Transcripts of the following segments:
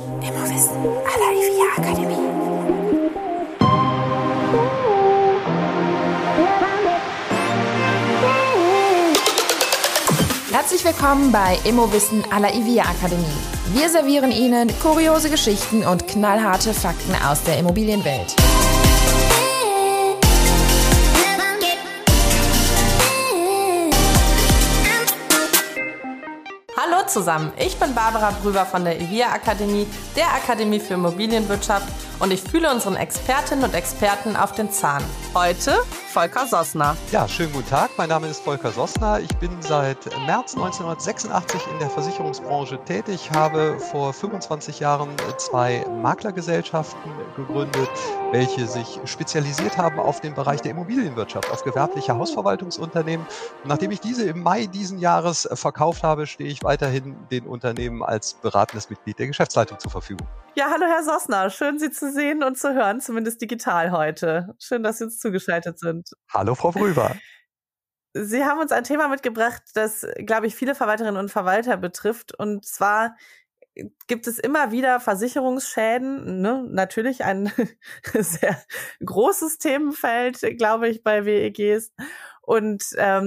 Immowissen à la IVIA Akademie. Herzlich willkommen bei Immowissen à la IVIA Akademie. Wir servieren Ihnen kuriose Geschichten und knallharte Fakten aus der Immobilienwelt. Hallo zusammen, ich bin Barbara Brüber von der IVIA Akademie, der Akademie für Immobilienwirtschaft, und ich fühle unseren Expertinnen und Experten auf den Zahn. Heute Volker Sossner. Ja, schönen guten Tag, mein Name ist Volker Sossner. Ich bin seit März 1986 in der Versicherungsbranche tätig, habe vor 25 Jahren 2 Maklergesellschaften gegründet, welche sich spezialisiert haben auf den Bereich der Immobilienwirtschaft, auf gewerbliche Hausverwaltungsunternehmen. Und nachdem ich diese im Mai diesen Jahres verkauft habe, stehe ich weiterhin den Unternehmen als beratendes Mitglied der Geschäftsleitung zur Verfügung. Ja, hallo Herr Sossner, schön Sie zu sehen und zu hören, zumindest digital heute. Schön, dass Sie uns zugeschaltet sind. Hallo Frau Brüber. Sie haben uns ein Thema mitgebracht, das, glaube ich, viele Verwalterinnen und Verwalter betrifft. Und zwar gibt es immer wieder Versicherungsschäden, ne? Natürlich ein sehr großes Themenfeld, glaube ich, bei WEGs. Und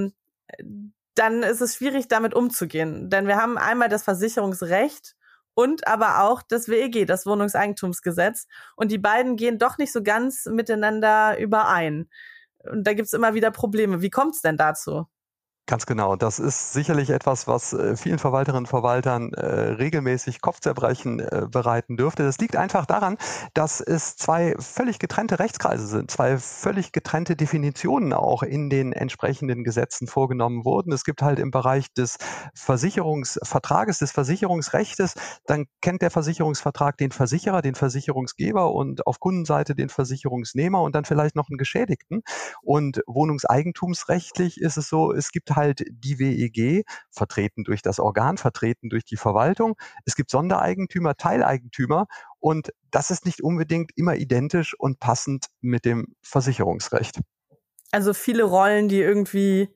dann ist es schwierig, damit umzugehen. Denn wir haben einmal das Versicherungsrecht und aber auch das WEG, das Wohnungseigentumsgesetz. Und die beiden gehen doch nicht so ganz miteinander überein. Und da gibt's immer wieder Probleme. Wie kommt's denn dazu? Ganz genau. Das ist sicherlich etwas, was vielen Verwalterinnen und Verwaltern regelmäßig Kopfzerbrechen bereiten dürfte. Das liegt einfach daran, dass es 2 völlig getrennte Rechtskreise sind, 2 völlig getrennte Definitionen auch in den entsprechenden Gesetzen vorgenommen wurden. Es gibt halt im Bereich des Versicherungsvertrages, des Versicherungsrechtes, dann kennt der Versicherungsvertrag den Versicherer, den Versicherungsgeber und auf Kundenseite den Versicherungsnehmer und dann vielleicht noch einen Geschädigten. Und wohnungseigentumsrechtlich ist es so, es gibt halt die WEG, vertreten durch das Organ, vertreten durch die Verwaltung. Es gibt Sondereigentümer, Teileigentümer und das ist nicht unbedingt immer identisch und passend mit dem Versicherungsrecht. Also viele Rollen, die irgendwie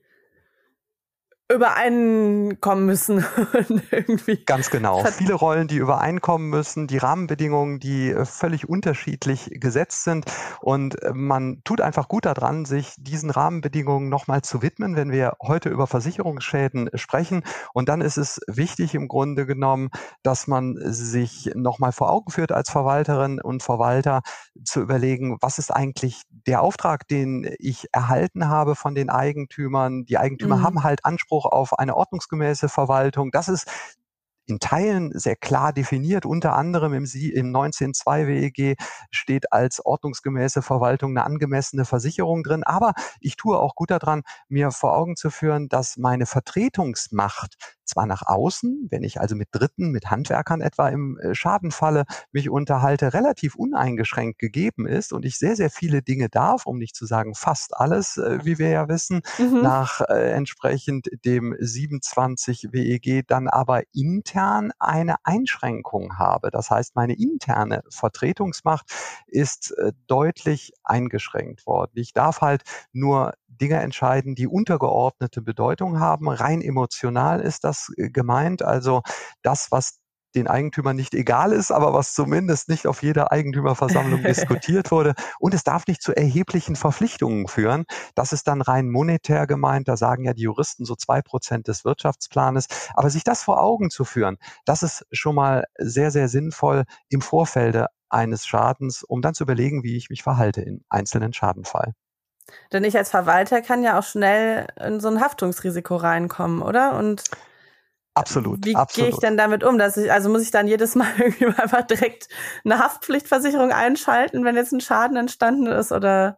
übereinkommen müssen. Irgendwie. Ganz genau. Viele Rollen, die übereinkommen müssen, die Rahmenbedingungen, die völlig unterschiedlich gesetzt sind. Und man tut einfach gut daran, sich diesen Rahmenbedingungen nochmal zu widmen, wenn wir heute über Versicherungsschäden sprechen. Und dann ist es wichtig im Grunde genommen, dass man sich nochmal vor Augen führt als Verwalterin und Verwalter zu überlegen, was ist eigentlich der Auftrag, den ich erhalten habe von den Eigentümern. Die Eigentümer haben halt Anspruch auf eine ordnungsgemäße Verwaltung. Das ist in Teilen sehr klar definiert. Unter anderem im 19.2 WEG steht als ordnungsgemäße Verwaltung eine angemessene Versicherung drin. Aber ich tue auch gut daran, mir vor Augen zu führen, dass meine Vertretungsmacht zwar nach außen, wenn ich also mit Dritten, mit Handwerkern etwa im Schadenfalle mich unterhalte, relativ uneingeschränkt gegeben ist und ich sehr, sehr viele Dinge darf, um nicht zu sagen fast alles, wie wir ja wissen, nach entsprechend dem 27 WEG dann aber intern eine Einschränkung habe. Das heißt, meine interne Vertretungsmacht ist deutlich eingeschränkt worden. Ich darf halt nur Dinge entscheiden, die untergeordnete Bedeutung haben. Rein emotional ist das gemeint. Also das, was den Eigentümern nicht egal ist, aber was zumindest nicht auf jeder Eigentümerversammlung diskutiert wurde. Und es darf nicht zu erheblichen Verpflichtungen führen. Das ist dann rein monetär gemeint. Da sagen ja die Juristen so 2% des Wirtschaftsplanes. Aber sich das vor Augen zu führen, das ist schon mal sehr, sehr sinnvoll im Vorfelde eines Schadens, um dann zu überlegen, wie ich mich verhalte im einzelnen Schadenfall. Denn ich als Verwalter kann ja auch schnell in so ein Haftungsrisiko reinkommen, oder? Und absolut. Wie gehe ich denn damit um? Also muss ich dann jedes Mal irgendwie einfach direkt eine Haftpflichtversicherung einschalten, wenn jetzt ein Schaden entstanden ist? Oder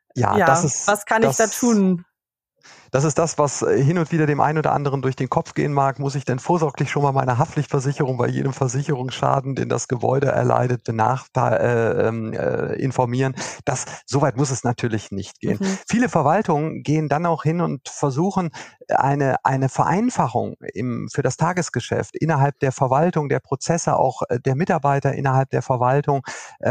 was kann ich da tun? Das ist das, was hin und wieder dem einen oder anderen durch den Kopf gehen mag. Muss ich denn vorsorglich schon mal meine Haftpflichtversicherung bei jedem Versicherungsschaden, den das Gebäude erleidet, informieren? Soweit muss es natürlich nicht gehen. Viele Verwaltungen gehen dann auch hin und versuchen, eine Vereinfachung für das Tagesgeschäft innerhalb der Verwaltung, der Prozesse, auch der Mitarbeiter innerhalb der Verwaltung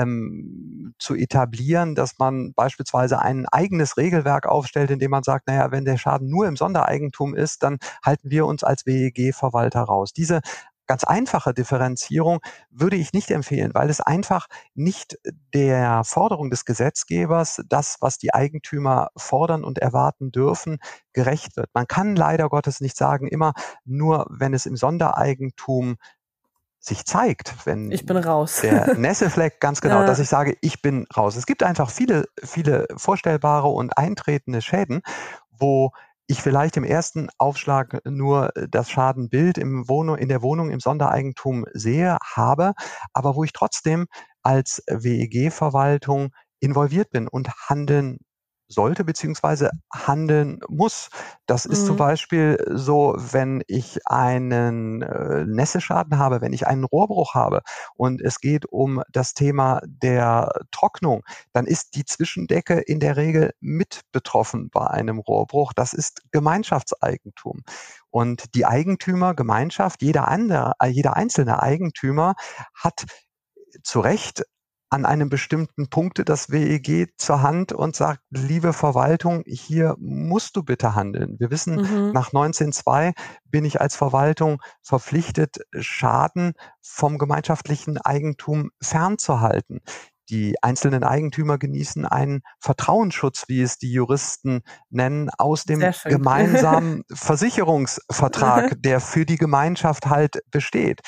zu etablieren, dass man beispielsweise ein eigenes Regelwerk aufstellt, indem man sagt, naja, wenn der Schaden nur im Sondereigentum ist, dann halten wir uns als WEG-Verwalter raus. Diese ganz einfache Differenzierung würde ich nicht empfehlen, weil es einfach nicht der Forderung des Gesetzgebers, das, was die Eigentümer fordern und erwarten dürfen, gerecht wird. Man kann leider Gottes nicht sagen, immer nur, wenn es im Sondereigentum sich zeigt, wenn ich bin raus. der Nässe-Fleck, ganz genau, dass ich sage, ich bin raus. Es gibt einfach viele vorstellbare und eintretende Schäden, wo ich vielleicht im ersten Aufschlag nur das Schadenbild in der Wohnung im Sondereigentum habe, aber wo ich trotzdem als WEG-Verwaltung involviert bin und handeln sollte beziehungsweise handeln muss. Das ist zum Beispiel so, wenn ich einen Nässeschaden habe, wenn ich einen Rohrbruch habe und es geht um das Thema der Trocknung, dann ist die Zwischendecke in der Regel mit betroffen bei einem Rohrbruch. Das ist Gemeinschaftseigentum. Und die Eigentümergemeinschaft, jeder einzelne Eigentümer hat zu Recht an einem bestimmten Punkte das WEG zur Hand und sagt, liebe Verwaltung, hier musst du bitte handeln. Wir wissen, nach 19.2 bin ich als Verwaltung verpflichtet, Schaden vom gemeinschaftlichen Eigentum fernzuhalten. Die einzelnen Eigentümer genießen einen Vertrauensschutz, wie es die Juristen nennen, aus dem gemeinsamen Versicherungsvertrag, der für die Gemeinschaft halt besteht.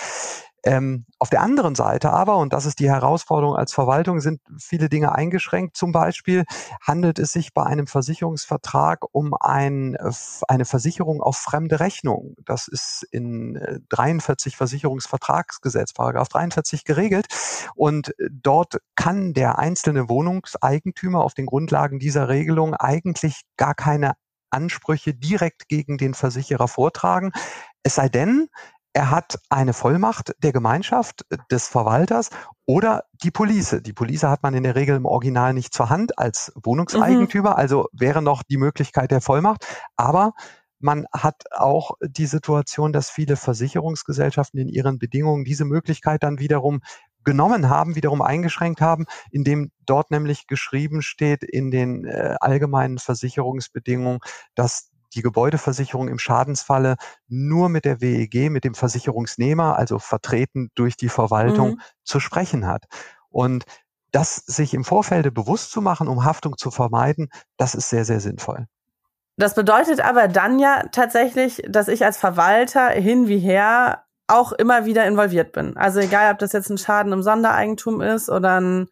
Auf der anderen Seite aber, und das ist die Herausforderung als Verwaltung, sind viele Dinge eingeschränkt. Zum Beispiel handelt es sich bei einem Versicherungsvertrag um eine Versicherung auf fremde Rechnung. Das ist in 43 Versicherungsvertragsgesetz, Paragraph 43 geregelt. Und dort kann der einzelne Wohnungseigentümer auf den Grundlagen dieser Regelung eigentlich gar keine Ansprüche direkt gegen den Versicherer vortragen. Es sei denn, er hat eine Vollmacht der Gemeinschaft, des Verwalters oder die Police. Die Police hat man in der Regel im Original nicht zur Hand als Wohnungseigentümer, also wäre noch die Möglichkeit der Vollmacht. Aber man hat auch die Situation, dass viele Versicherungsgesellschaften in ihren Bedingungen diese Möglichkeit dann wiederum genommen haben, wiederum eingeschränkt haben, indem dort nämlich geschrieben steht in den allgemeinen Versicherungsbedingungen, dass die Gebäudeversicherung im Schadensfalle nur mit der WEG, mit dem Versicherungsnehmer, also vertreten durch die Verwaltung, zu sprechen hat. Und das sich im Vorfeld bewusst zu machen, um Haftung zu vermeiden, das ist sehr, sehr sinnvoll. Das bedeutet aber dann ja tatsächlich, dass ich als Verwalter hin wie her auch immer wieder involviert bin. Also egal, ob das jetzt ein Schaden im Sondereigentum ist oder ein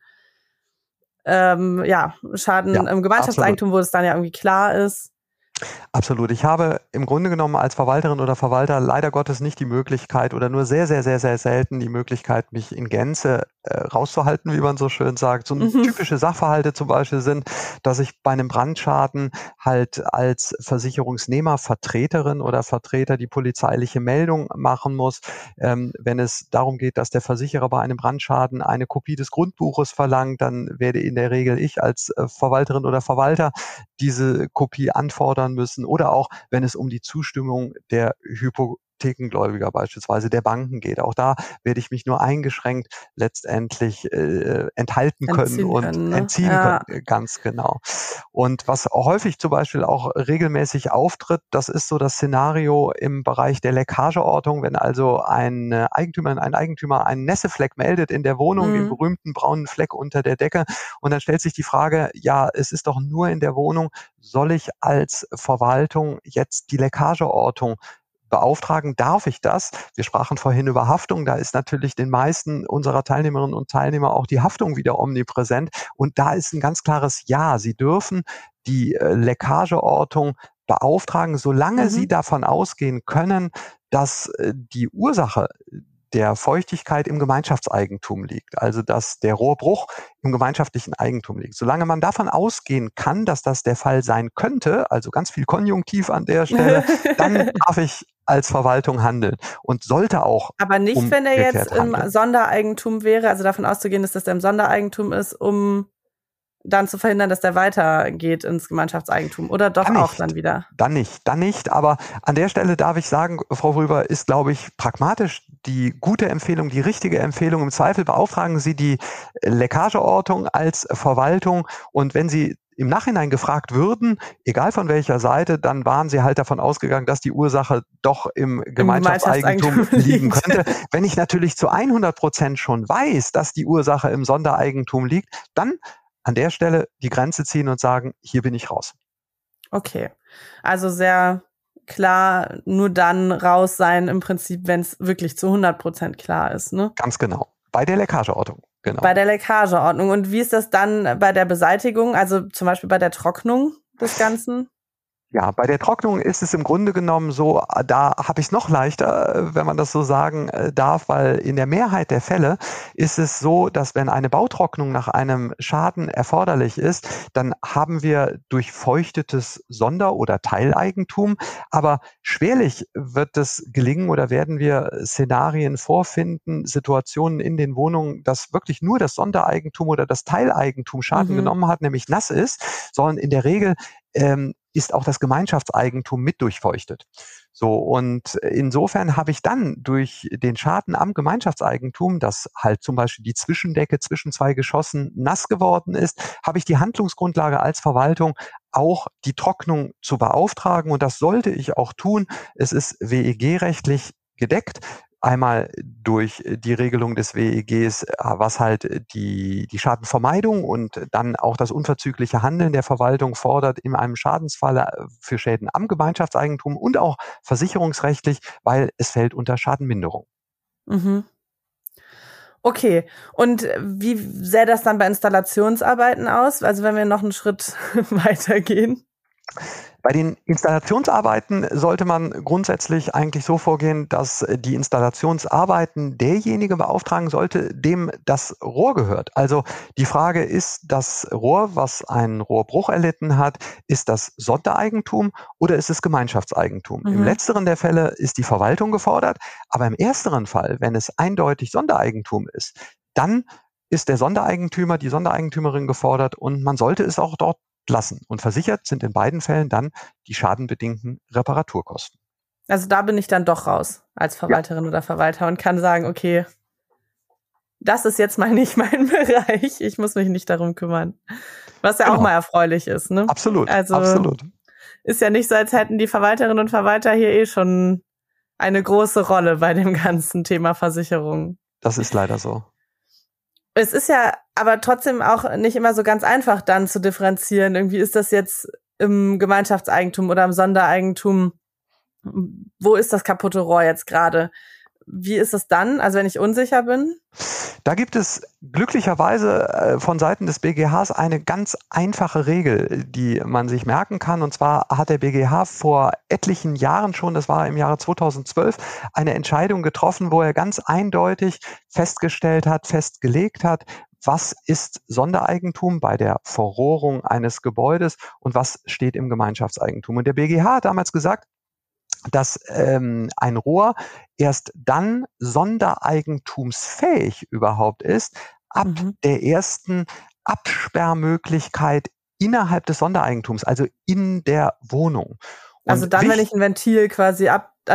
Schaden im Gemeinschaftseigentum, wo es dann ja irgendwie klar ist. Absolut. Ich habe im Grunde genommen als Verwalterin oder Verwalter leider Gottes nicht die Möglichkeit oder nur sehr, sehr, sehr, sehr selten die Möglichkeit, mich in Gänze rauszuhalten, wie man so schön sagt. So typische Sachverhalte zum Beispiel sind, dass ich bei einem Brandschaden halt als Versicherungsnehmer, Vertreterin oder Vertreter die polizeiliche Meldung machen muss. Wenn es darum geht, dass der Versicherer bei einem Brandschaden eine Kopie des Grundbuches verlangt, dann werde in der Regel ich als Verwalterin oder Verwalter diese Kopie anfordern müssen, oder auch, wenn es um die Zustimmung der Hypothekengläubiger beispielsweise der Banken geht. Auch da werde ich mich nur eingeschränkt letztendlich entziehen können, ganz genau. Und was häufig zum Beispiel auch regelmäßig auftritt, das ist so das Szenario im Bereich der Leckageortung, wenn also ein Eigentümer einen Nässefleck meldet in der Wohnung, den berühmten braunen Fleck unter der Decke, und dann stellt sich die Frage, ja, es ist doch nur in der Wohnung, soll ich als Verwaltung jetzt die Leckageortung beauftragen? Darf ich das? Wir sprachen vorhin über Haftung. Da ist natürlich den meisten unserer Teilnehmerinnen und Teilnehmer auch die Haftung wieder omnipräsent. Und da ist ein ganz klares Ja. Sie dürfen die Leckageortung beauftragen, solange Sie davon ausgehen können, dass die Ursache der Feuchtigkeit im Gemeinschaftseigentum liegt, also dass der Rohrbruch im gemeinschaftlichen Eigentum liegt. Solange man davon ausgehen kann, dass das der Fall sein könnte, also ganz viel Konjunktiv an der Stelle, dann darf ich als Verwaltung handeln und sollte auch. Aber nicht, wenn er jetzt im Sondereigentum wäre, also davon auszugehen, dass das im Sondereigentum ist, um dann zu verhindern, dass der weitergeht ins Gemeinschaftseigentum, oder doch auch dann wieder? Dann nicht. Aber an der Stelle darf ich sagen, Frau Röber, ist, glaube ich, pragmatisch die gute Empfehlung, die richtige Empfehlung. Im Zweifel beauftragen Sie die Leckageortung als Verwaltung, und wenn Sie im Nachhinein gefragt würden, egal von welcher Seite, dann waren sie halt davon ausgegangen, dass die Ursache doch im Gemeinschaftseigentum liegen könnte. Wenn ich natürlich zu 100% schon weiß, dass die Ursache im Sondereigentum liegt, dann an der Stelle die Grenze ziehen und sagen, hier bin ich raus. Okay, also sehr klar, nur dann raus sein im Prinzip, wenn es wirklich zu 100% klar ist, ne? Ganz genau. Bei der Leckageordnung, genau. Bei der Leckageordnung. Und wie ist das dann bei der Beseitigung, also zum Beispiel bei der Trocknung des Ganzen? Ja, bei der Trocknung ist es im Grunde genommen so, da habe ich es noch leichter, wenn man das so sagen darf, weil in der Mehrheit der Fälle ist es so, dass wenn eine Bautrocknung nach einem Schaden erforderlich ist, dann haben wir durchfeuchtetes Sonder- oder Teileigentum, aber schwerlich wird es gelingen oder werden wir Szenarien vorfinden, Situationen in den Wohnungen, dass wirklich nur das Sondereigentum oder das Teileigentum Schaden genommen hat, nämlich nass ist, sondern in der Regel ist auch das Gemeinschaftseigentum mit durchfeuchtet. So, und insofern habe ich dann durch den Schaden am Gemeinschaftseigentum, dass halt zum Beispiel die Zwischendecke zwischen zwei Geschossen nass geworden ist, habe ich die Handlungsgrundlage als Verwaltung, auch die Trocknung zu beauftragen. Und das sollte ich auch tun. Es ist WEG-rechtlich gedeckt. Einmal durch die Regelung des WEGs, was halt die Schadenvermeidung und dann auch das unverzügliche Handeln der Verwaltung fordert in einem Schadensfall für Schäden am Gemeinschaftseigentum und auch versicherungsrechtlich, weil es fällt unter Schadenminderung. Mhm. Okay, und wie sähe das dann bei Installationsarbeiten aus? Also wenn wir noch einen Schritt weitergehen? Bei den Installationsarbeiten sollte man grundsätzlich eigentlich so vorgehen, dass die Installationsarbeiten derjenige beauftragen sollte, dem das Rohr gehört. Also die Frage ist, das Rohr, was einen Rohrbruch erlitten hat, ist das Sondereigentum oder ist es Gemeinschaftseigentum? Im letzteren der Fälle ist die Verwaltung gefordert, aber im ersteren Fall, wenn es eindeutig Sondereigentum ist, dann ist der Sondereigentümer, die Sondereigentümerin gefordert und man sollte es auch dort lassen. Und versichert sind in beiden Fällen dann die schadenbedingten Reparaturkosten. Also da bin ich dann doch raus als Verwalterin oder Verwalter und kann sagen, okay, das ist jetzt mal nicht mein Bereich. Ich muss mich nicht darum kümmern. Was ja auch mal erfreulich ist, ne? Absolut, also, absolut. Ist ja nicht so, als hätten die Verwalterinnen und Verwalter hier schon eine große Rolle bei dem ganzen Thema Versicherung. Das ist leider so. Es ist ja aber trotzdem auch nicht immer so ganz einfach dann zu differenzieren. Irgendwie ist das jetzt im Gemeinschaftseigentum oder im Sondereigentum. Wo ist das kaputte Rohr jetzt gerade? Wie ist es dann, also wenn ich unsicher bin? Da gibt es glücklicherweise von Seiten des BGHs eine ganz einfache Regel, die man sich merken kann. Und zwar hat der BGH vor etlichen Jahren schon, das war im Jahre 2012, eine Entscheidung getroffen, wo er ganz eindeutig festgestellt hat, festgelegt hat, was ist Sondereigentum bei der Verrohrung eines Gebäudes und was steht im Gemeinschaftseigentum. Und der BGH hat damals gesagt, dass ein Rohr erst dann sondereigentumsfähig überhaupt ist, ab der ersten Absperrmöglichkeit innerhalb des Sondereigentums, also in der Wohnung. Und also dann, wenn ich ein Ventil quasi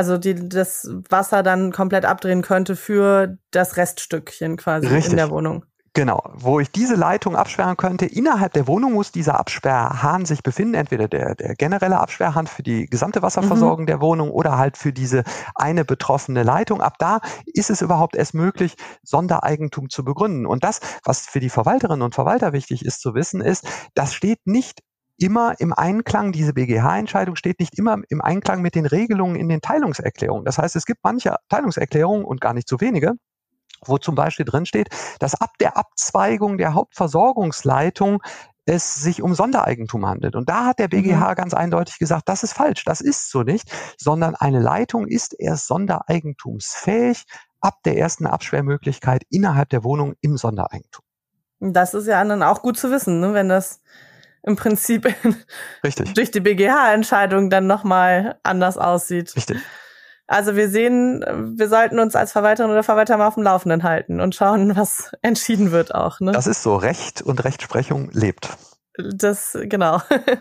das Wasser dann komplett abdrehen könnte für das Reststückchen quasi in der Wohnung. Genau, wo ich diese Leitung absperren könnte. Innerhalb der Wohnung muss dieser Absperrhahn sich befinden, entweder der generelle Absperrhahn für die gesamte Wasserversorgung der Wohnung oder halt für diese eine betroffene Leitung. Ab da ist es überhaupt erst möglich, Sondereigentum zu begründen. Und das, was für die Verwalterinnen und Verwalter wichtig ist zu wissen, ist, das steht nicht immer im Einklang, diese BGH-Entscheidung steht nicht immer im Einklang mit den Regelungen in den Teilungserklärungen. Das heißt, es gibt manche Teilungserklärungen und gar nicht so wenige, wo zum Beispiel drin steht, dass ab der Abzweigung der Hauptversorgungsleitung es sich um Sondereigentum handelt. Und da hat der BGH ganz eindeutig gesagt, das ist falsch, das ist so nicht, sondern eine Leitung ist erst sondereigentumsfähig ab der ersten Absperrmöglichkeit innerhalb der Wohnung im Sondereigentum. Das ist ja dann auch gut zu wissen, ne, wenn das im Prinzip durch die BGH-Entscheidung dann nochmal anders aussieht. Richtig. Also wir sehen, wir sollten uns als Verwalterin oder Verwalter mal auf dem Laufenden halten und schauen, was entschieden wird auch. Ne? Das ist so, Recht und Rechtsprechung lebt. Das, genau.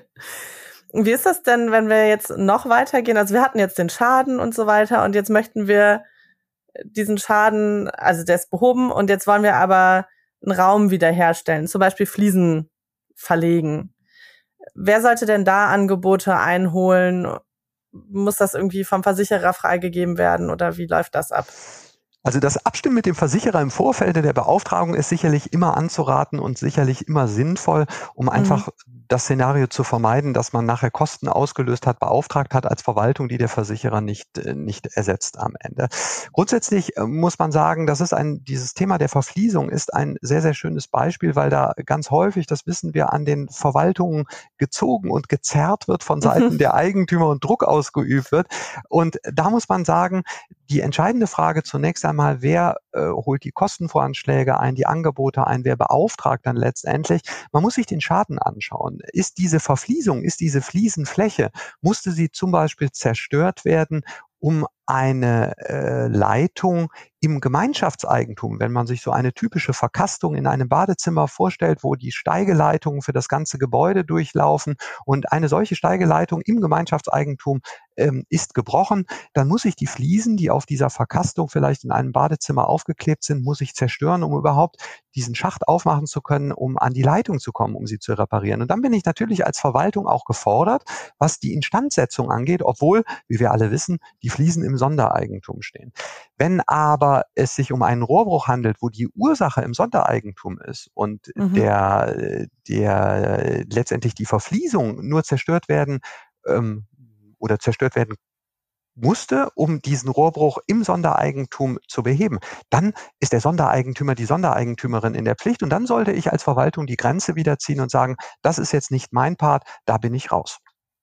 Wie ist das denn, wenn wir jetzt noch weitergehen? Also wir hatten jetzt den Schaden und so weiter und jetzt möchten wir diesen Schaden, also der ist behoben und jetzt wollen wir aber einen Raum wiederherstellen, zum Beispiel Fliesen verlegen. Wer sollte denn da Angebote einholen? Muss das irgendwie vom Versicherer freigegeben werden oder wie läuft das ab? Also das Abstimmen mit dem Versicherer im Vorfeld der Beauftragung ist sicherlich immer anzuraten und sicherlich immer sinnvoll, um einfach das Szenario zu vermeiden, dass man nachher Kosten ausgelöst hat, beauftragt hat als Verwaltung, die der Versicherer nicht ersetzt am Ende. Grundsätzlich muss man sagen, dieses Thema der Verfließung ist ein sehr, sehr schönes Beispiel, weil da ganz häufig, das wissen wir, an den Verwaltungen gezogen und gezerrt wird von Seiten der Eigentümer und Druck ausgeübt wird. Und da muss man sagen, die entscheidende Frage zunächst einmal, wer holt die Kostenvoranschläge ein, die Angebote ein, wer beauftragt dann letztendlich? Man muss sich den Schaden anschauen. Ist diese Verfließung, ist diese Fliesenfläche, musste sie zum Beispiel zerstört werden, um eine Leitung im Gemeinschaftseigentum, wenn man sich so eine typische Verkastung in einem Badezimmer vorstellt, wo die Steigeleitungen für das ganze Gebäude durchlaufen und eine solche Steigeleitung im Gemeinschaftseigentum ist gebrochen, dann muss ich die Fliesen, die auf dieser Verkastung vielleicht in einem Badezimmer aufgeklebt sind, muss ich zerstören, um überhaupt diesen Schacht aufmachen zu können, um an die Leitung zu kommen, um sie zu reparieren. Und dann bin ich natürlich als Verwaltung auch gefordert, was die Instandsetzung angeht, obwohl, wie wir alle wissen, die Fliesen im Sondereigentum stehen. Wenn aber es sich um einen Rohrbruch handelt, wo die Ursache im Sondereigentum ist und der letztendlich die Verfließung nur zerstört werden musste, um diesen Rohrbruch im Sondereigentum zu beheben, dann ist der Sondereigentümer, die Sondereigentümerin in der Pflicht und dann sollte ich als Verwaltung die Grenze wieder ziehen und sagen, das ist jetzt nicht mein Part, da bin ich raus.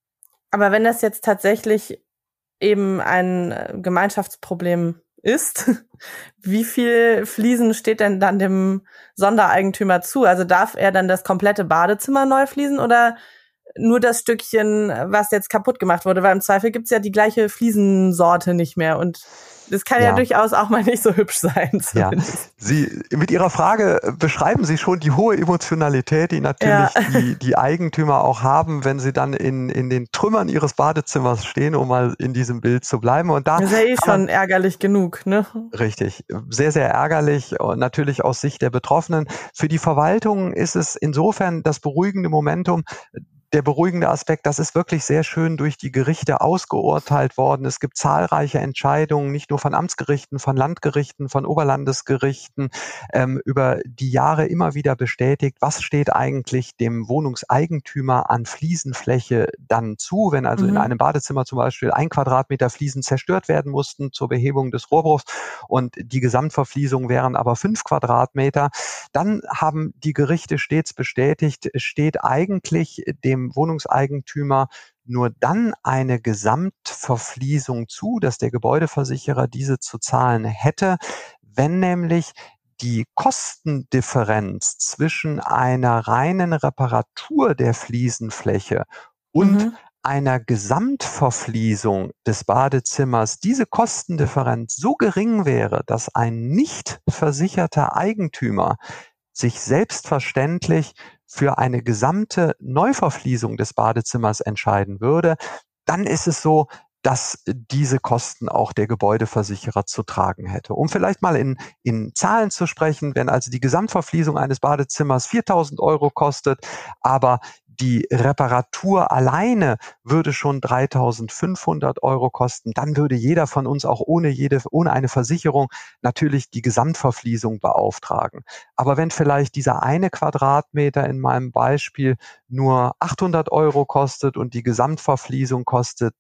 Aber wenn das jetzt tatsächlich eben ein Gemeinschaftsproblem ist, wie viel Fliesen steht denn dann dem Sondereigentümer zu? Also darf er dann das komplette Badezimmer neu fließen oder nur das Stückchen, was jetzt kaputt gemacht wurde? Weil im Zweifel gibt's ja die gleiche Fliesensorte nicht mehr und das kann ja durchaus auch mal nicht so hübsch sein. Zumindest. Ja, mit Ihrer Frage beschreiben Sie schon die hohe Emotionalität, die natürlich die Eigentümer auch haben, wenn sie dann in den Trümmern ihres Badezimmers stehen, um mal in diesem Bild zu bleiben. Und da das ist ja schon ärgerlich genug, ne? Richtig, sehr, sehr ärgerlich und natürlich aus Sicht der Betroffenen. Für die Verwaltung ist es insofern das beruhigende Momentum, der beruhigende Aspekt, das ist wirklich sehr schön durch die Gerichte ausgeurteilt worden. Es gibt zahlreiche Entscheidungen, nicht nur von Amtsgerichten, von Landgerichten, von Oberlandesgerichten, über die Jahre immer wieder bestätigt, was steht eigentlich dem Wohnungseigentümer an Fliesenfläche dann zu, wenn also in einem Badezimmer zum Beispiel 1 Quadratmeter Fliesen zerstört werden mussten zur Behebung des Rohrbruchs und die Gesamtverfließung wären aber 5 Quadratmeter. Dann haben die Gerichte stets bestätigt, steht eigentlich dem Wohnungseigentümer nur dann eine Gesamtverfließung zu, dass der Gebäudeversicherer diese zu zahlen hätte, wenn nämlich die Kostendifferenz zwischen einer reinen Reparatur der Fliesenfläche und einer Gesamtverfließung des Badezimmers, diese Kostendifferenz so gering wäre, dass ein nicht versicherter Eigentümer sich selbstverständlich für eine gesamte Neuverfließung des Badezimmers entscheiden würde, dann ist es so, dass diese Kosten auch der Gebäudeversicherer zu tragen hätte. Um vielleicht mal in Zahlen zu sprechen, wenn also die Gesamtverfließung eines Badezimmers 4.000 € kostet, aber die Reparatur alleine würde schon 3.500 € kosten, dann würde jeder von uns auch ohne eine Versicherung natürlich die Gesamtverfließung beauftragen. Aber wenn vielleicht dieser 1 Quadratmeter in meinem Beispiel nur 800 € kostet und die Gesamtverfließung kostet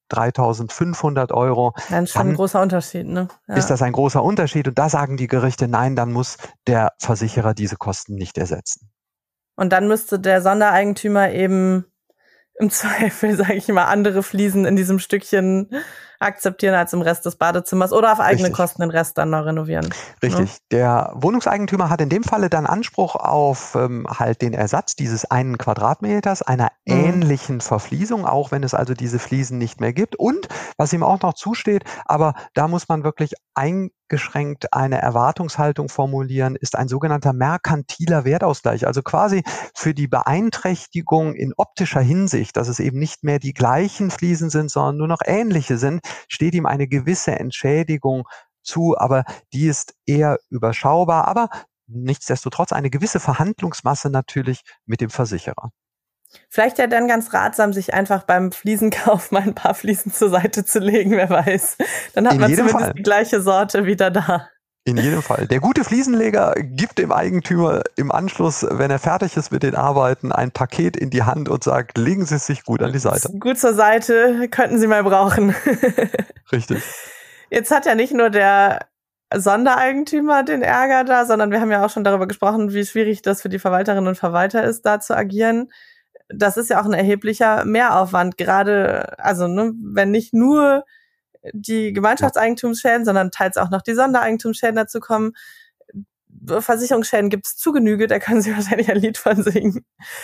3.500 €, dann ist schon ein großer Unterschied, ne? Ja. Ist das ein großer Unterschied und da sagen die Gerichte, nein, dann muss der Versicherer diese Kosten nicht ersetzen. Und dann müsste der Sondereigentümer eben im Zweifel, sage ich mal, andere Fliesen in diesem Stückchen akzeptieren als im Rest des Badezimmers oder auf eigene Kosten den Rest dann noch renovieren. Richtig. Ne? Der Wohnungseigentümer hat in dem Falle dann Anspruch auf halt den Ersatz dieses 1 Quadratmeters einer ähnlichen Verfließung, auch wenn es also diese Fliesen nicht mehr gibt. Und was ihm auch noch zusteht, aber da muss man wirklich eingeschränkt eine Erwartungshaltung formulieren, ist ein sogenannter merkantiler Wertausgleich. Also quasi für die Beeinträchtigung in optischer Hinsicht, dass es eben nicht mehr die gleichen Fliesen sind, sondern nur noch ähnliche sind, steht ihm eine gewisse Entschädigung zu, aber die ist eher überschaubar, aber nichtsdestotrotz eine gewisse Verhandlungsmasse natürlich mit dem Versicherer. Vielleicht ja dann ganz ratsam, sich einfach beim Fliesenkauf mal ein paar Fliesen zur Seite zu legen, wer weiß. Dann hat man zumindest die gleiche Sorte wieder da. In jedem Fall. Der gute Fliesenleger gibt dem Eigentümer im Anschluss, wenn er fertig ist mit den Arbeiten, ein Paket in die Hand und sagt, legen Sie es sich gut an die Seite. Gut zur Seite, könnten Sie mal brauchen. Richtig. Jetzt hat ja nicht nur der Sondereigentümer den Ärger da, sondern wir haben ja auch schon darüber gesprochen, wie schwierig das für die Verwalterinnen und Verwalter ist, da zu agieren. Das ist ja auch ein erheblicher Mehraufwand, gerade, also wenn nicht nur die Gemeinschaftseigentumsschäden, sondern teils auch noch die Sondereigentumsschäden dazu kommen. Versicherungsschäden gibt's zu Genüge, da können Sie wahrscheinlich ein Lied von singen.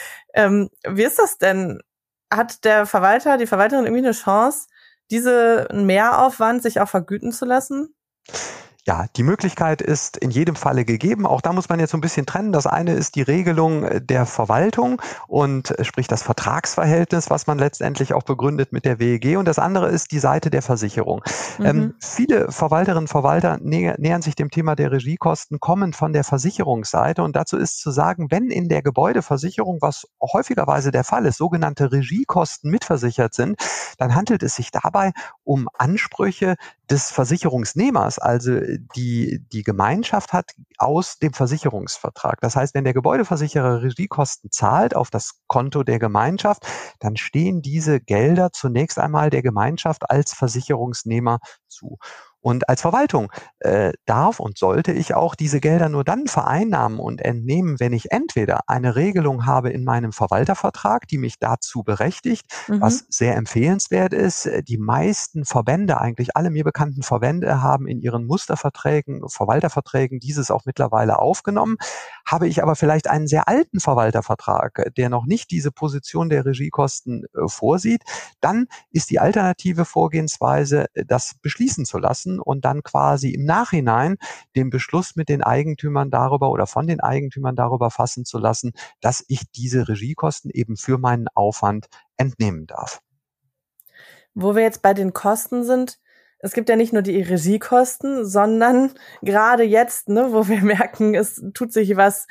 Wie ist das denn? Hat der Verwalter, die Verwalterin irgendwie eine Chance, diesen Mehraufwand sich auch vergüten zu lassen? Ja, die Möglichkeit ist in jedem Falle gegeben. Auch da muss man jetzt so ein bisschen trennen. Das eine ist die Regelung der Verwaltung und sprich das Vertragsverhältnis, was man letztendlich auch begründet mit der WEG. Und das andere ist die Seite der Versicherung. Viele Verwalterinnen und Verwalter nähern sich dem Thema der Regiekosten kommend von der Versicherungsseite. Und dazu ist zu sagen, wenn in der Gebäudeversicherung, was häufigerweise der Fall ist, sogenannte Regiekosten mitversichert sind, dann handelt es sich dabei um Ansprüche des Versicherungsnehmers, also die Gemeinschaft hat aus dem Versicherungsvertrag. Das heißt, wenn der Gebäudeversicherer Regiekosten zahlt auf das Konto der Gemeinschaft, dann stehen diese Gelder zunächst einmal der Gemeinschaft als Versicherungsnehmer zu. Und als Verwaltung darf und sollte ich auch diese Gelder nur dann vereinnahmen und entnehmen, wenn ich entweder eine Regelung habe in meinem Verwaltervertrag, die mich dazu berechtigt, was sehr empfehlenswert ist. Die meisten Verbände, eigentlich alle mir bekannten Verbände, haben in ihren Musterverträgen, Verwalterverträgen dieses auch mittlerweile aufgenommen. Habe ich aber vielleicht einen sehr alten Verwaltervertrag, der noch nicht diese Position der Regiekosten vorsieht, dann ist die alternative Vorgehensweise, das beschließen zu lassen und dann quasi im Nachhinein den Beschluss mit den Eigentümern darüber oder von den Eigentümern darüber fassen zu lassen, dass ich diese Regiekosten eben für meinen Aufwand entnehmen darf. Wo wir jetzt bei den Kosten sind, es gibt ja nicht nur die Regiekosten, sondern gerade jetzt, wo wir merken, es tut sich was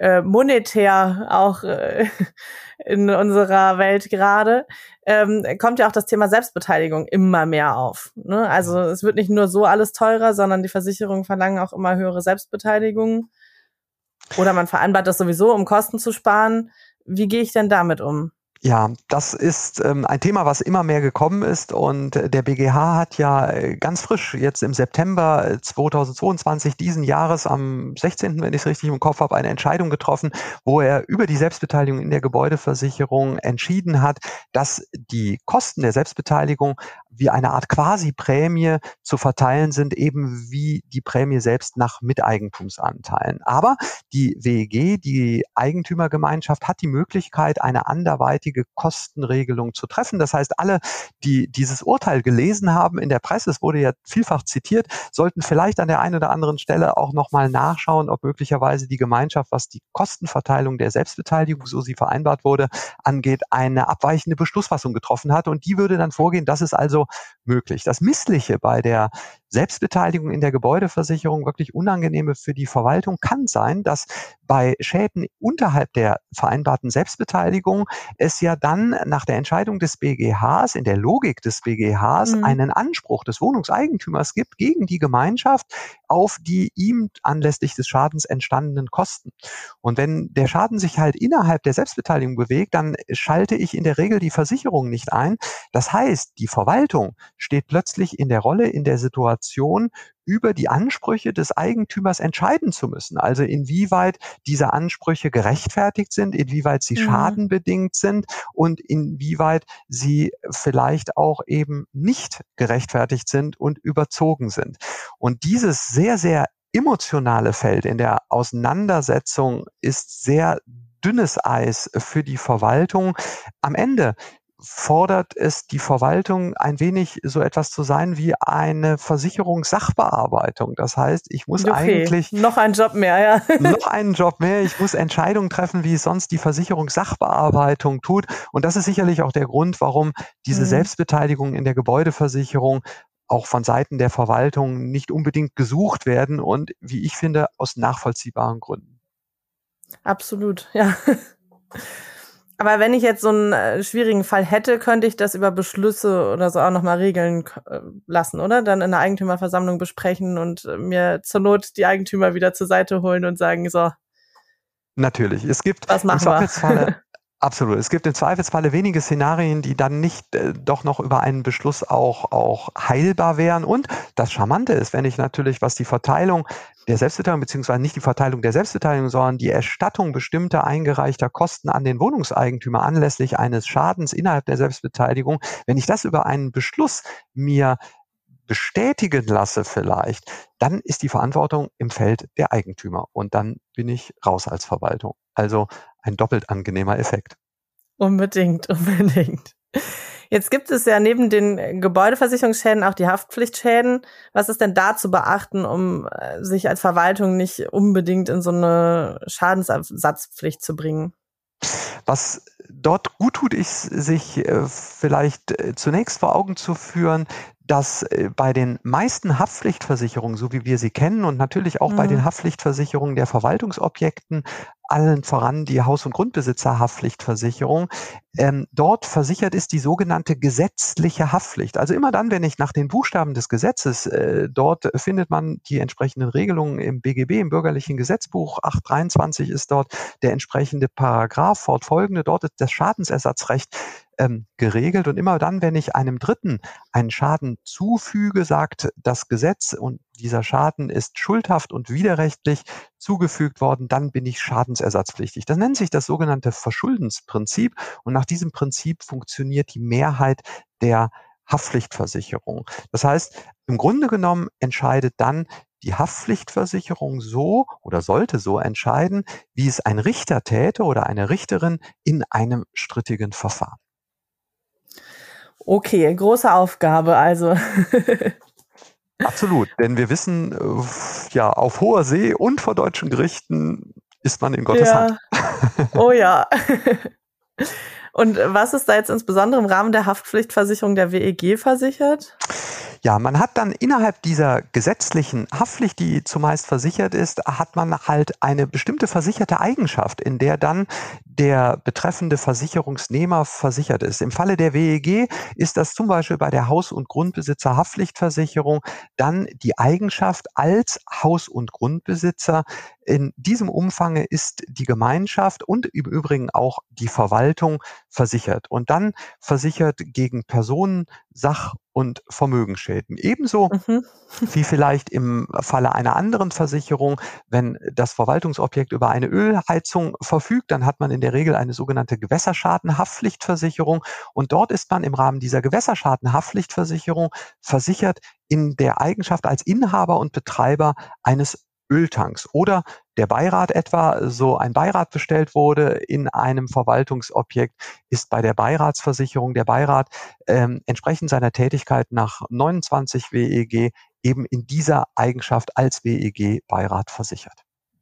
monetär auch in unserer Welt gerade, kommt ja auch das Thema Selbstbeteiligung immer mehr auf. Also es wird nicht nur so alles teurer, sondern die Versicherungen verlangen auch immer höhere Selbstbeteiligung. Oder man vereinbart das sowieso, um Kosten zu sparen. Wie gehe ich denn damit um? Ja, das ist ein Thema, was immer mehr gekommen ist und der BGH hat ja ganz frisch jetzt im September 2022 diesen Jahres am 16., wenn ich es richtig im Kopf habe, eine Entscheidung getroffen, wo er über die Selbstbeteiligung in der Gebäudeversicherung entschieden hat, dass die Kosten der Selbstbeteiligung wie eine Art Quasi-Prämie zu verteilen sind, eben wie die Prämie selbst nach Miteigentumsanteilen. Aber die WEG, die Eigentümergemeinschaft, hat die Möglichkeit, eine anderweitige Kostenregelung zu treffen. Das heißt, alle, die dieses Urteil gelesen haben in der Presse, es wurde ja vielfach zitiert, sollten vielleicht an der einen oder anderen Stelle auch nochmal nachschauen, ob möglicherweise die Gemeinschaft, was die Kostenverteilung der Selbstbeteiligung, so sie vereinbart wurde, angeht, eine abweichende Beschlussfassung getroffen hat. Und die würde dann vorgehen, das ist also möglich. Das Missliche bei der Selbstbeteiligung in der Gebäudeversicherung, wirklich unangenehme für die Verwaltung, kann sein, dass bei Schäden unterhalb der vereinbarten Selbstbeteiligung es ja dann nach der Entscheidung des BGHs, in der Logik des BGHs, einen Anspruch des Wohnungseigentümers gibt gegen die Gemeinschaft auf die ihm anlässlich des Schadens entstandenen Kosten. Und wenn der Schaden sich halt innerhalb der Selbstbeteiligung bewegt, dann schalte ich in der Regel die Versicherung nicht ein. Das heißt, die Verwaltung steht plötzlich in der Rolle, in der Situation, über die Ansprüche des Eigentümers entscheiden zu müssen. Also inwieweit diese Ansprüche gerechtfertigt sind, inwieweit sie schadenbedingt sind und inwieweit sie vielleicht auch eben nicht gerechtfertigt sind und überzogen sind. Und dieses sehr, sehr emotionale Feld in der Auseinandersetzung ist sehr dünnes Eis für die Verwaltung. Am Ende fordert es die Verwaltung ein wenig so etwas zu sein wie eine Versicherungssachbearbeitung. Das heißt, ich muss eigentlich noch einen Job mehr, ja. Noch einen Job mehr. Ich muss Entscheidungen treffen, wie es sonst die Versicherungssachbearbeitung tut. Und das ist sicherlich auch der Grund, warum diese Selbstbeteiligung in der Gebäudeversicherung auch von Seiten der Verwaltung nicht unbedingt gesucht werden und, wie ich finde, aus nachvollziehbaren Gründen. Absolut, ja. Aber wenn ich jetzt so einen schwierigen Fall hätte, könnte ich das über Beschlüsse oder so auch nochmal regeln lassen, oder? Dann in der Eigentümerversammlung besprechen und mir zur Not die Eigentümer wieder zur Seite holen und sagen, so. Natürlich. Es gibt was machen im Zweifelsfalle, absolut. Es gibt im Zweifelsfalle wenige Szenarien, die dann nicht doch noch über einen Beschluss auch heilbar wären. Und das Charmante ist, wenn ich natürlich, was die Verteilung der Selbstbeteiligung, beziehungsweise nicht die Verteilung der Selbstbeteiligung, sondern die Erstattung bestimmter eingereichter Kosten an den Wohnungseigentümer anlässlich eines Schadens innerhalb der Selbstbeteiligung, wenn ich das über einen Beschluss mir bestätigen lasse vielleicht, dann ist die Verantwortung im Feld der Eigentümer und dann bin ich raus als Verwaltung. Also ein doppelt angenehmer Effekt. Unbedingt. Jetzt gibt es ja neben den Gebäudeversicherungsschäden auch die Haftpflichtschäden. Was ist denn da zu beachten, um sich als Verwaltung nicht unbedingt in so eine Schadensersatzpflicht zu bringen? Was dort gut tut, ist, sich vielleicht zunächst vor Augen zu führen, dass bei den meisten Haftpflichtversicherungen, so wie wir sie kennen und natürlich auch bei den Haftpflichtversicherungen der Verwaltungsobjekten, allen voran die Haus- und Grundbesitzerhaftpflichtversicherung, dort versichert ist die sogenannte gesetzliche Haftpflicht. Also immer dann, wenn ich nach den Buchstaben des Gesetzes, dort findet man die entsprechenden Regelungen im BGB, im Bürgerlichen Gesetzbuch, 823 ist dort der entsprechende Paragraph, fortfolgende, dort ist das Schadensersatzrecht geregelt und immer dann, wenn ich einem Dritten einen Schaden zufüge, sagt das Gesetz, und dieser Schaden ist schuldhaft und widerrechtlich zugefügt worden, dann bin ich schadensersatzpflichtig. Das nennt sich das sogenannte Verschuldensprinzip und nach diesem Prinzip funktioniert die Mehrheit der Haftpflichtversicherung. Das heißt, im Grunde genommen entscheidet dann die Haftpflichtversicherung so oder sollte so entscheiden, wie es ein Richter täte oder eine Richterin in einem strittigen Verfahren. Okay, große Aufgabe also. Absolut, denn wir wissen, ja, auf hoher See und vor deutschen Gerichten ist man in Gottes Hand. Oh ja. Und was ist da jetzt insbesondere im Rahmen der Haftpflichtversicherung der WEG versichert? Ja, man hat dann innerhalb dieser gesetzlichen Haftpflicht, die zumeist versichert ist, hat man halt eine bestimmte versicherte Eigenschaft, in der dann der betreffende Versicherungsnehmer versichert ist. Im Falle der WEG ist das zum Beispiel bei der Haus- und Grundbesitzer-Haftpflichtversicherung dann die Eigenschaft als Haus- und Grundbesitzer. In diesem Umfange ist die Gemeinschaft und im Übrigen auch die Verwaltung versichert und dann versichert gegen Personen, Sach- und Vermögensschäden. Ebenso wie vielleicht im Falle einer anderen Versicherung, wenn das Verwaltungsobjekt über eine Ölheizung verfügt, dann hat man in der Regel eine sogenannte Gewässerschadenhaftpflichtversicherung und dort ist man im Rahmen dieser Gewässerschadenhaftpflichtversicherung versichert in der Eigenschaft als Inhaber und Betreiber eines Öltanks oder der Beirat etwa, so ein Beirat bestellt wurde in einem Verwaltungsobjekt, ist bei der Beiratsversicherung der Beirat entsprechend seiner Tätigkeit nach 29 WEG eben in dieser Eigenschaft als WEG-Beirat versichert.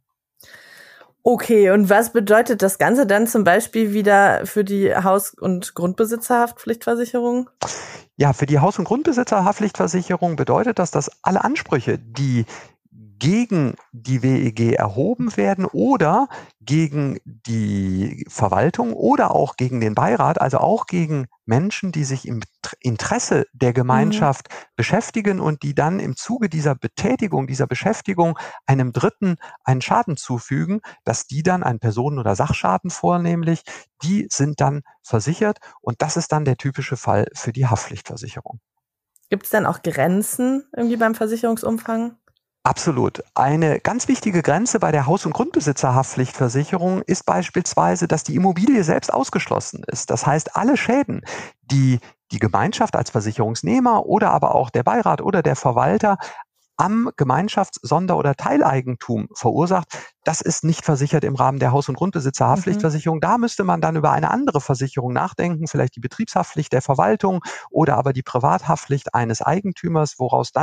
Okay, und was bedeutet das Ganze dann zum Beispiel wieder für die Haus- und Grundbesitzerhaftpflichtversicherung? Ja, für die Haus- und Grundbesitzerhaftpflichtversicherung bedeutet das, dass alle Ansprüche, die gegen die WEG erhoben werden oder gegen die Verwaltung oder auch gegen den Beirat, also auch gegen Menschen, die sich im Interesse der Gemeinschaft beschäftigen und die dann im Zuge dieser Betätigung, dieser Beschäftigung einem Dritten einen Schaden zufügen, dass die dann einen Personen- oder Sachschaden vornehmlich, die sind dann versichert und das ist dann der typische Fall für die Haftpflichtversicherung. Gibt es denn auch Grenzen irgendwie beim Versicherungsumfang? Absolut. Eine ganz wichtige Grenze bei der Haus- und Grundbesitzerhaftpflichtversicherung ist beispielsweise, dass die Immobilie selbst ausgeschlossen ist. Das heißt, alle Schäden, die die Gemeinschaft als Versicherungsnehmer oder aber auch der Beirat oder der Verwalter am Gemeinschafts-, Sonder- oder Teileigentum verursacht, das ist nicht versichert im Rahmen der Haus- und Grundbesitzerhaftpflichtversicherung. Da müsste man dann über eine andere Versicherung nachdenken, vielleicht die Betriebshaftpflicht der Verwaltung oder aber die Privathaftpflicht eines Eigentümers, woraus dann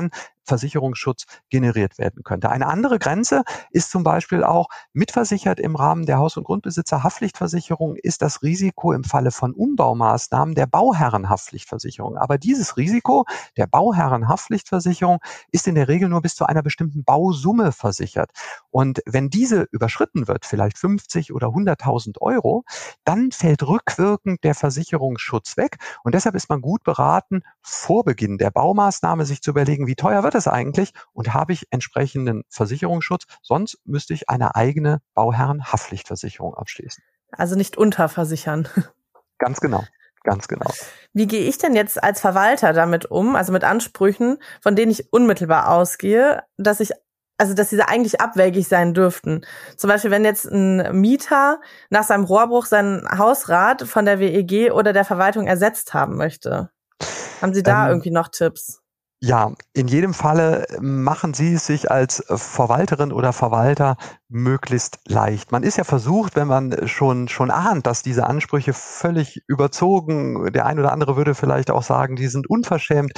Versicherungsschutz generiert werden könnte. Eine andere Grenze ist zum Beispiel auch mitversichert im Rahmen der Haus- und Grundbesitzerhaftpflichtversicherung ist das Risiko im Falle von Umbaumaßnahmen der Bauherrenhaftpflichtversicherung. Aber dieses Risiko der Bauherrenhaftpflichtversicherung ist in der Regel nur bis zu einer bestimmten Bausumme versichert. Und wenn diese überschritten wird, vielleicht 50 oder 100.000 Euro, dann fällt rückwirkend der Versicherungsschutz weg. Und deshalb ist man gut beraten, vor Beginn der Baumaßnahme sich zu überlegen, wie teuer wird es eigentlich und habe ich entsprechenden Versicherungsschutz, sonst müsste ich eine eigene Bauherrenhaftpflichtversicherung abschließen. Also nicht unterversichern. Ganz genau. Ganz genau. Wie gehe ich denn jetzt als Verwalter damit um, also mit Ansprüchen, von denen ich unmittelbar ausgehe, dass diese eigentlich abwegig sein dürften? Zum Beispiel, wenn jetzt ein Mieter nach seinem Rohrbruch seinen Hausrat von der WEG oder der Verwaltung ersetzt haben möchte. Haben Sie da irgendwie noch Tipps? Ja, in jedem Falle machen Sie es sich als Verwalterin oder Verwalter möglichst leicht. Man ist ja versucht, wenn man schon ahnt, dass diese Ansprüche völlig überzogen, der ein oder andere würde vielleicht auch sagen, die sind unverschämt,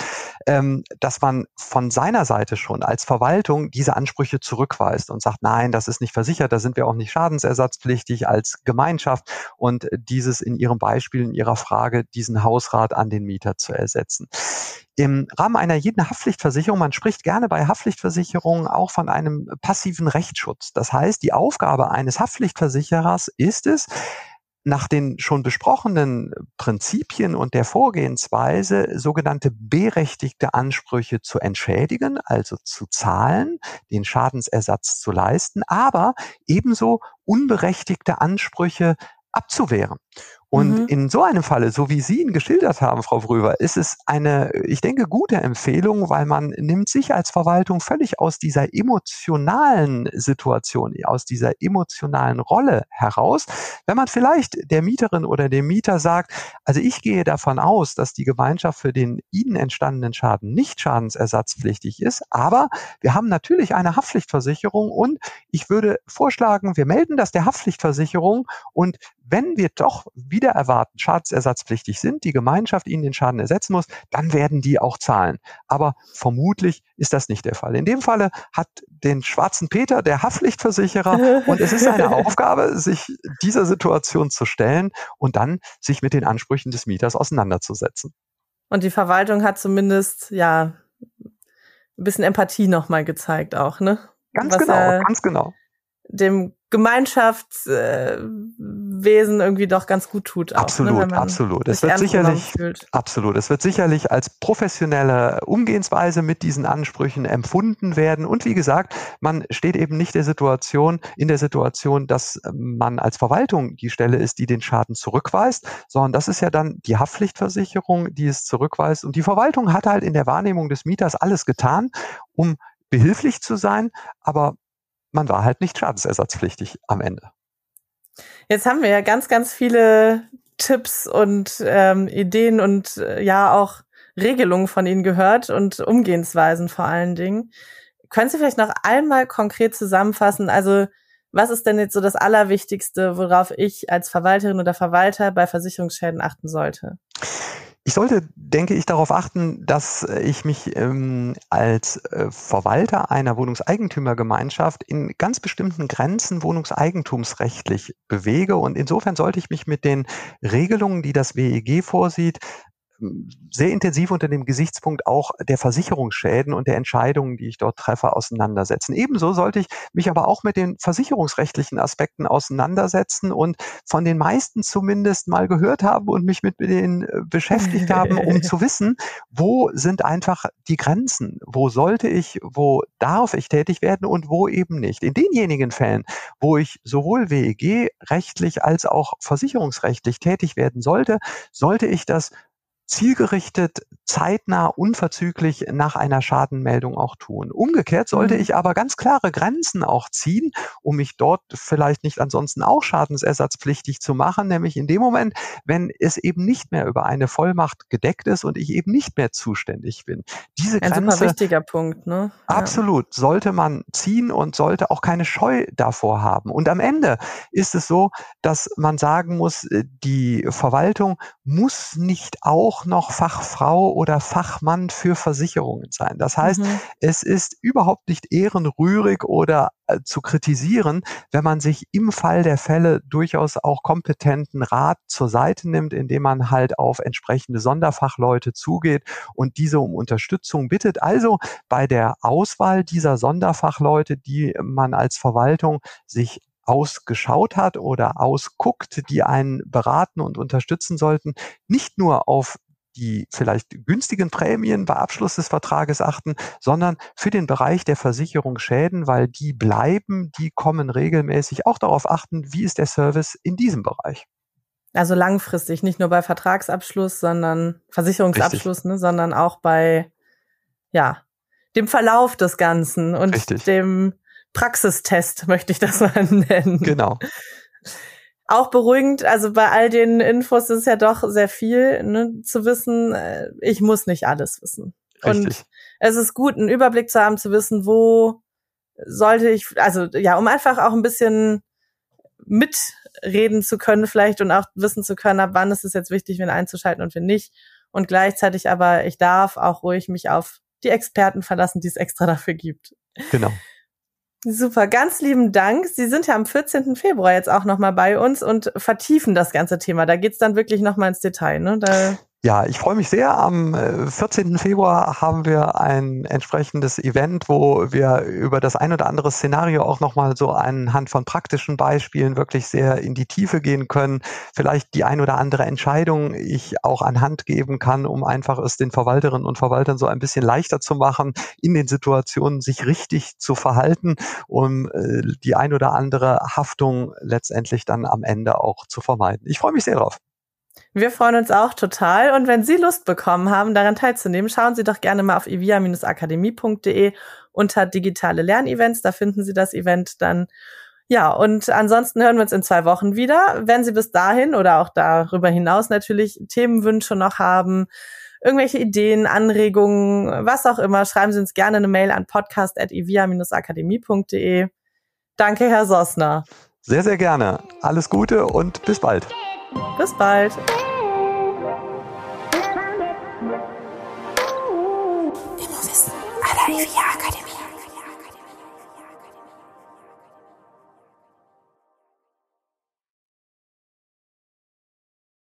dass man von seiner Seite schon als Verwaltung diese Ansprüche zurückweist und sagt, nein, das ist nicht versichert, da sind wir auch nicht schadensersatzpflichtig als Gemeinschaft und dieses in Ihrem Beispiel, in Ihrer Frage, diesen Hausrat an den Mieter zu ersetzen. Im Rahmen einer jeden Haftpflichtversicherung, man spricht gerne bei Haftpflichtversicherungen auch von einem passiven Rechtsschutz. Das heißt, die Aufgabe eines Haftpflichtversicherers ist es, nach den schon besprochenen Prinzipien und der Vorgehensweise sogenannte berechtigte Ansprüche zu entschädigen, also zu zahlen, den Schadensersatz zu leisten, aber ebenso unberechtigte Ansprüche abzuwehren. Und in so einem Falle, so wie Sie ihn geschildert haben, Frau Wröver, ist es eine, ich denke, gute Empfehlung, weil man nimmt sich als Verwaltung völlig aus dieser emotionalen Situation, aus dieser emotionalen Rolle heraus. Wenn man vielleicht der Mieterin oder dem Mieter sagt, also ich gehe davon aus, dass die Gemeinschaft für den Ihnen entstandenen Schaden nicht schadensersatzpflichtig ist, aber wir haben natürlich eine Haftpflichtversicherung und ich würde vorschlagen, wir melden das der Haftpflichtversicherung und wenn wir doch wieder erwarten, schadensersatzpflichtig sind, die Gemeinschaft ihnen den Schaden ersetzen muss, dann werden die auch zahlen. Aber vermutlich ist das nicht der Fall. In dem Falle hat den schwarzen Peter der Haftpflichtversicherer und es ist seine Aufgabe, sich dieser Situation zu stellen und dann sich mit den Ansprüchen des Mieters auseinanderzusetzen. Und die Verwaltung hat zumindest, ein bisschen Empathie nochmal gezeigt auch, ne? Ganz genau. Dem Gemeinschaftswesen irgendwie doch ganz gut tut. Auch, absolut. Es wird sicherlich als professionelle Umgehensweise mit diesen Ansprüchen empfunden werden. Und wie gesagt, man steht eben nicht in der Situation, dass man als Verwaltung die Stelle ist, die den Schaden zurückweist, sondern das ist ja dann die Haftpflichtversicherung, die es zurückweist. Und die Verwaltung hat halt in der Wahrnehmung des Mieters alles getan, um behilflich zu sein, aber man war halt nicht schadensersatzpflichtig am Ende. Jetzt haben wir ja ganz, ganz viele Tipps und Ideen und auch Regelungen von Ihnen gehört und Umgehensweisen vor allen Dingen. Können Sie vielleicht noch einmal konkret zusammenfassen, also was ist denn jetzt so das Allerwichtigste, worauf ich als Verwalterin oder Verwalter bei Versicherungsschäden achten sollte? Ich sollte, denke ich, darauf achten, dass ich mich als Verwalter einer Wohnungseigentümergemeinschaft in ganz bestimmten Grenzen wohnungseigentumsrechtlich bewege. Und insofern sollte ich mich mit den Regelungen, die das WEG vorsieht, sehr intensiv unter dem Gesichtspunkt auch der Versicherungsschäden und der Entscheidungen, die ich dort treffe, auseinandersetzen. Ebenso sollte ich mich aber auch mit den versicherungsrechtlichen Aspekten auseinandersetzen und von den meisten zumindest mal gehört haben und mich mit denen beschäftigt haben, um zu wissen, wo sind einfach die Grenzen? Wo darf ich tätig werden und wo eben nicht? In denjenigen Fällen, wo ich sowohl WEG rechtlich als auch versicherungsrechtlich tätig werden sollte ich das zielgerichtet, zeitnah, unverzüglich nach einer Schadenmeldung auch tun. Umgekehrt sollte ich aber ganz klare Grenzen auch ziehen, um mich dort vielleicht nicht ansonsten auch schadensersatzpflichtig zu machen, nämlich in dem Moment, wenn es eben nicht mehr über eine Vollmacht gedeckt ist und ich eben nicht mehr zuständig bin. Diese Grenze, ein super wichtiger Punkt, ne? Absolut, sollte man ziehen und sollte auch keine Scheu davor haben. Und am Ende ist es so, dass man sagen muss, die Verwaltung muss nicht auch auch noch Fachfrau oder Fachmann für Versicherungen sein. Das heißt, es ist überhaupt nicht ehrenrührig oder zu kritisieren, wenn man sich im Fall der Fälle durchaus auch kompetenten Rat zur Seite nimmt, indem man halt auf entsprechende Sonderfachleute zugeht und diese um Unterstützung bittet. Also bei der Auswahl dieser Sonderfachleute, die man als Verwaltung sich ausgeschaut hat oder ausguckt, die einen beraten und unterstützen sollten, nicht nur auf die vielleicht günstigen Prämien bei Abschluss des Vertrages achten, sondern für den Bereich der Versicherungsschäden, weil die bleiben, die kommen regelmäßig, auch darauf achten, wie ist der Service in diesem Bereich. Also langfristig, nicht nur bei Vertragsabschluss, sondern Versicherungsabschluss, ne, sondern auch bei dem Verlauf des Ganzen und dem Praxistest, möchte ich das mal nennen. Genau. Auch beruhigend, also bei all den Infos ist es ja doch sehr viel, ne, zu wissen, ich muss nicht alles wissen. Richtig. Und es ist gut, einen Überblick zu haben, zu wissen, wo sollte ich, um einfach auch ein bisschen mitreden zu können vielleicht und auch wissen zu können, ab wann ist es jetzt wichtig, wen einzuschalten und wen nicht. Und gleichzeitig aber, ich darf auch ruhig mich auf die Experten verlassen, die es extra dafür gibt. Genau. Super, ganz lieben Dank. Sie sind ja am 14. Februar jetzt auch nochmal bei uns und vertiefen das ganze Thema. Da geht's dann wirklich nochmal ins Detail, ne? Ja, ich freue mich sehr. Am 14. Februar haben wir ein entsprechendes Event, wo wir über das ein oder andere Szenario auch nochmal so anhand von praktischen Beispielen wirklich sehr in die Tiefe gehen können. Vielleicht die ein oder andere Entscheidung ich auch anhand geben kann, um einfach es den Verwalterinnen und Verwaltern so ein bisschen leichter zu machen, in den Situationen sich richtig zu verhalten, um die ein oder andere Haftung letztendlich dann am Ende auch zu vermeiden. Ich freue mich sehr drauf. Wir freuen uns auch total. Und wenn Sie Lust bekommen haben, daran teilzunehmen, schauen Sie doch gerne mal auf ivia-akademie.de unter digitale Lernevents. Da finden Sie das Event dann. Ja, und ansonsten hören wir uns in 2 Wochen wieder. Wenn Sie bis dahin oder auch darüber hinaus natürlich Themenwünsche noch haben, irgendwelche Ideen, Anregungen, was auch immer, schreiben Sie uns gerne eine Mail an podcast@ivia-akademie.de. Danke, Herr Sossner. Sehr, sehr gerne. Alles Gute und bis bald. Bis bald.